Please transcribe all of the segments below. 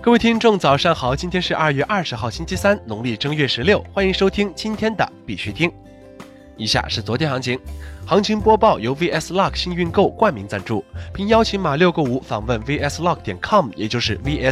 各位听众早上好，今天是2月20号星期三，农历正月16，欢迎收听今天的必须听。以下是昨天行情，行情播报由 VSLOCK 幸运购冠名赞助，并邀请马695访问 vslock.com， 也就是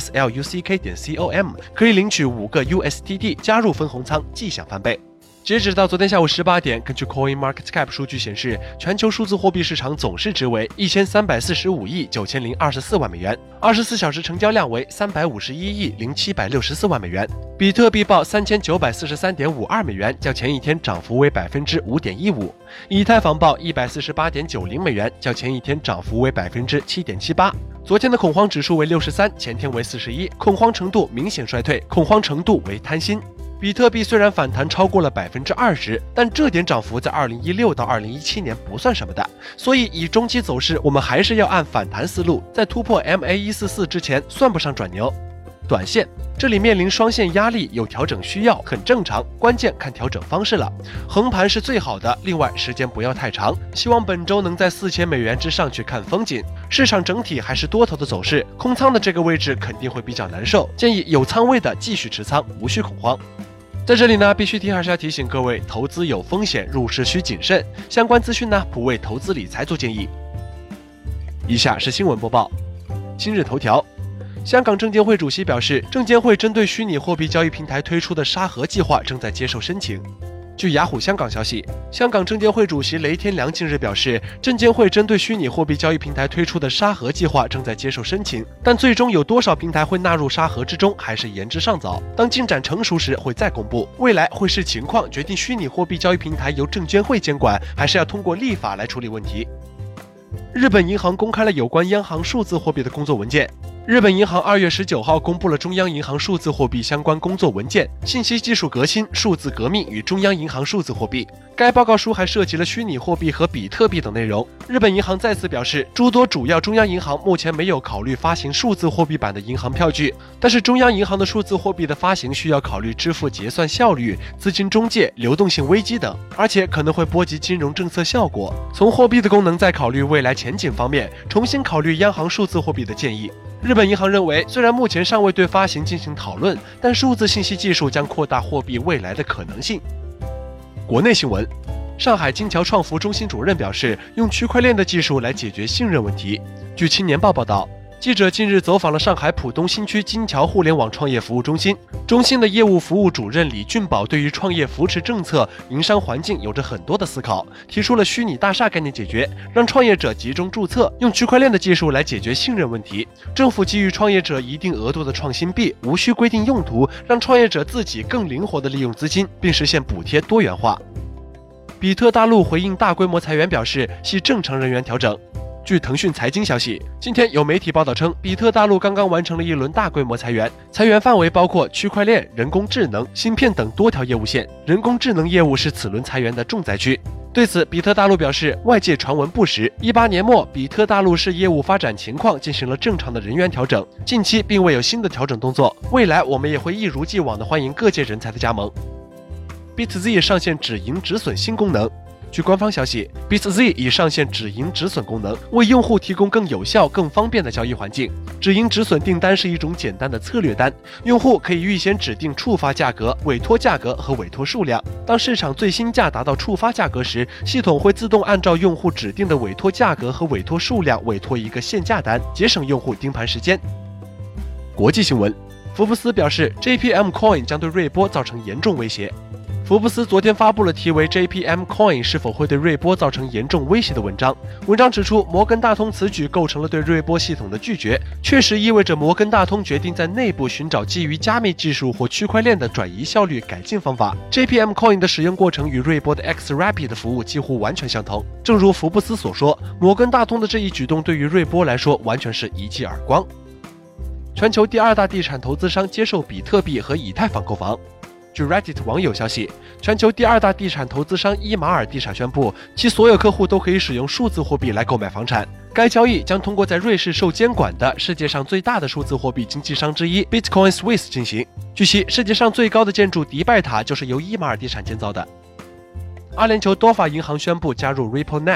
vsluck.com， 可以领取5个 USDT 加入分红仓，即享翻倍。截止到昨天下午18点，根据 CoinMarketCap 数据显示，全球数字货币市场总市值为1345亿9024万美元，24小时成交量为351亿0764万美元。比特币报3943.52美元，较前一天涨幅为 5.15%， 以太坊报148.90美元，较前一天涨幅为 7.78%。昨天的恐慌指数为63，前天为41，恐慌程度明显衰退，恐慌程度为贪心。比特币虽然反弹超过了 20%， 但这点涨幅在2016到2017年不算什么的，所以以中期走势，我们还是要按反弹思路，在突破 MA144 之前算不上转牛。短线这里面临双线压力，有调整需要，很正常，关键看调整方式了。横盘是最好的，另外时间不要太长，希望本周能在4000美元之上去看风景。市场整体还是多头的走势，空仓的这个位置肯定会比较难受，建议有仓位的继续持仓，无需恐慌。在这里呢，必须还是要提醒各位，投资有风险，入市需谨慎。相关资讯呢，不为投资理财做建议。以下是新闻播报。今日头条，香港证监会主席表示，证监会针对虚拟货币交易平台推出的沙盒计划正在接受申请。据雅虎香港消息，香港证监会主席雷天良近日表示，证监会针对虚拟货币交易平台推出的沙盒计划正在接受申请，但最终有多少平台会纳入沙盒之中，还是言之尚早。当进展成熟时会再公布，未来会视情况决定虚拟货币交易平台由证监会监管，还是要通过立法来处理问题。日本银行公开了有关央行数字货币的工作文件。日本银行2月19号公布了中央银行数字货币相关工作文件《信息技术革新、数字革命与中央银行数字货币》。该报告书还涉及了虚拟货币和比特币等内容。日本银行再次表示，诸多主要中央银行目前没有考虑发行数字货币版的银行票据，但是中央银行的数字货币的发行需要考虑支付结算效率、资金中介、流动性危机等，而且可能会波及金融政策效果。从货币的功能再考虑未来前景方面，重新考虑央行数字货币的建议。日本银行认为，虽然目前尚未对发行进行讨论，但数字信息技术将扩大货币未来的可能性。国内新闻，上海金桥创服中心主任表示，用区块链的技术来解决信任问题。据青年报报道，记者近日走访了上海浦东新区金桥互联网创业服务中心，中心的业务服务主任李俊宝对于创业扶持政策、营商环境有着很多的思考，提出了虚拟大厦概念解决，让创业者集中注册，用区块链的技术来解决信任问题。政府给予创业者一定额度的创新币，无需规定用途，让创业者自己更灵活地利用资金，并实现补贴多元化。比特大陆回应大规模裁员表示，系正常人员调整。据腾讯财经消息，今天有媒体报道称，比特大陆刚刚完成了一轮大规模裁员，裁员范围包括区块链、人工智能、芯片等多条业务线，人工智能业务是此轮裁员的重灾区。对此，比特大陆表示，外界传闻不实。18年末，比特大陆视业务发展情况进行了正常的人员调整，近期并未有新的调整动作，未来我们也会一如既往的欢迎各界人才的加盟。BitZ 上线止盈止损新功能。据官方消息 ，BitZ 已上线止盈止损功能，为用户提供更有效、更方便的交易环境。止盈止损订单是一种简单的策略单，用户可以预先指定触发价格、委托价格和委托数量。当市场最新价达到触发价格时，系统会自动按照用户指定的委托价格和委托数量委托一个限价单，节省用户盯盘时间。国际新闻，福布斯表示 JPM Coin 将对瑞波造成严重威胁。福布斯昨天发布了题为 JPM Coin 是否会对瑞波造成严重威胁的文章。文章指出，摩根大通此举构成了对瑞波系统的拒绝，确实意味着摩根大通决定在内部寻找基于加密技术或区块链的转移效率改进方法。JPM Coin 的使用过程与瑞波的 XRapid 服务几乎完全相同。正如福布斯所说，摩根大通的这一举动对于瑞波来说完全是一记耳光。全球第2大地产投资商接受比特币和以太坊购房。据 Reddit 网友消息，全球第2大地产投资商伊马尔地产宣布，其所有客户都可以使用数字货币来购买房产。该交易将通过在瑞士受监管的世界上最大的数字货币经纪商之一 Bitcoin Swiss 进行。据悉，世界上最高的建筑迪拜塔就是由伊马尔地产建造的。阿联酋多法银行宣布加入 RippleNet。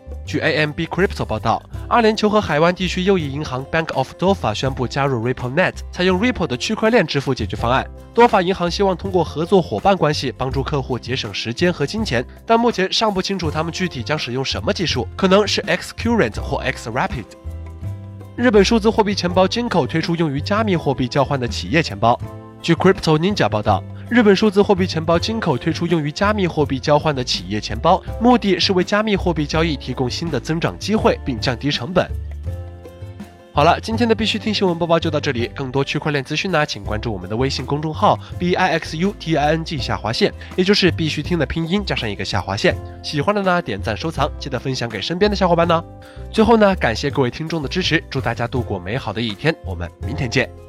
据 AMB Crypto 报道，阿联酋和海湾地区右翼银行 Bank of Dofa 宣布加入 RippleNet， 采用 Ripple 的区块链支付解决方案。多法银行希望通过合作伙伴关系帮助客户节省时间和金钱，但目前尚不清楚他们具体将使用什么技术，可能是 Xcurrent 或 Xrapid。日本数字货币钱包金口推出用于加密货币交换的企业钱包。据 Crypto Ninja 报道，日本数字货币钱包金口推出用于加密货币交换的企业钱包，目的是为加密货币交易提供新的增长机会，并降低成本。好了，今天的必须听新闻播报就到这里。更多区块链资讯呢，请关注我们的微信公众号 BIXUTING_，也就是必须听的拼音加上一个下划线。喜欢的呢，点赞收藏，记得分享给身边的小伙伴呢。最后呢，感谢各位听众的支持，祝大家度过美好的一天，我们明天见。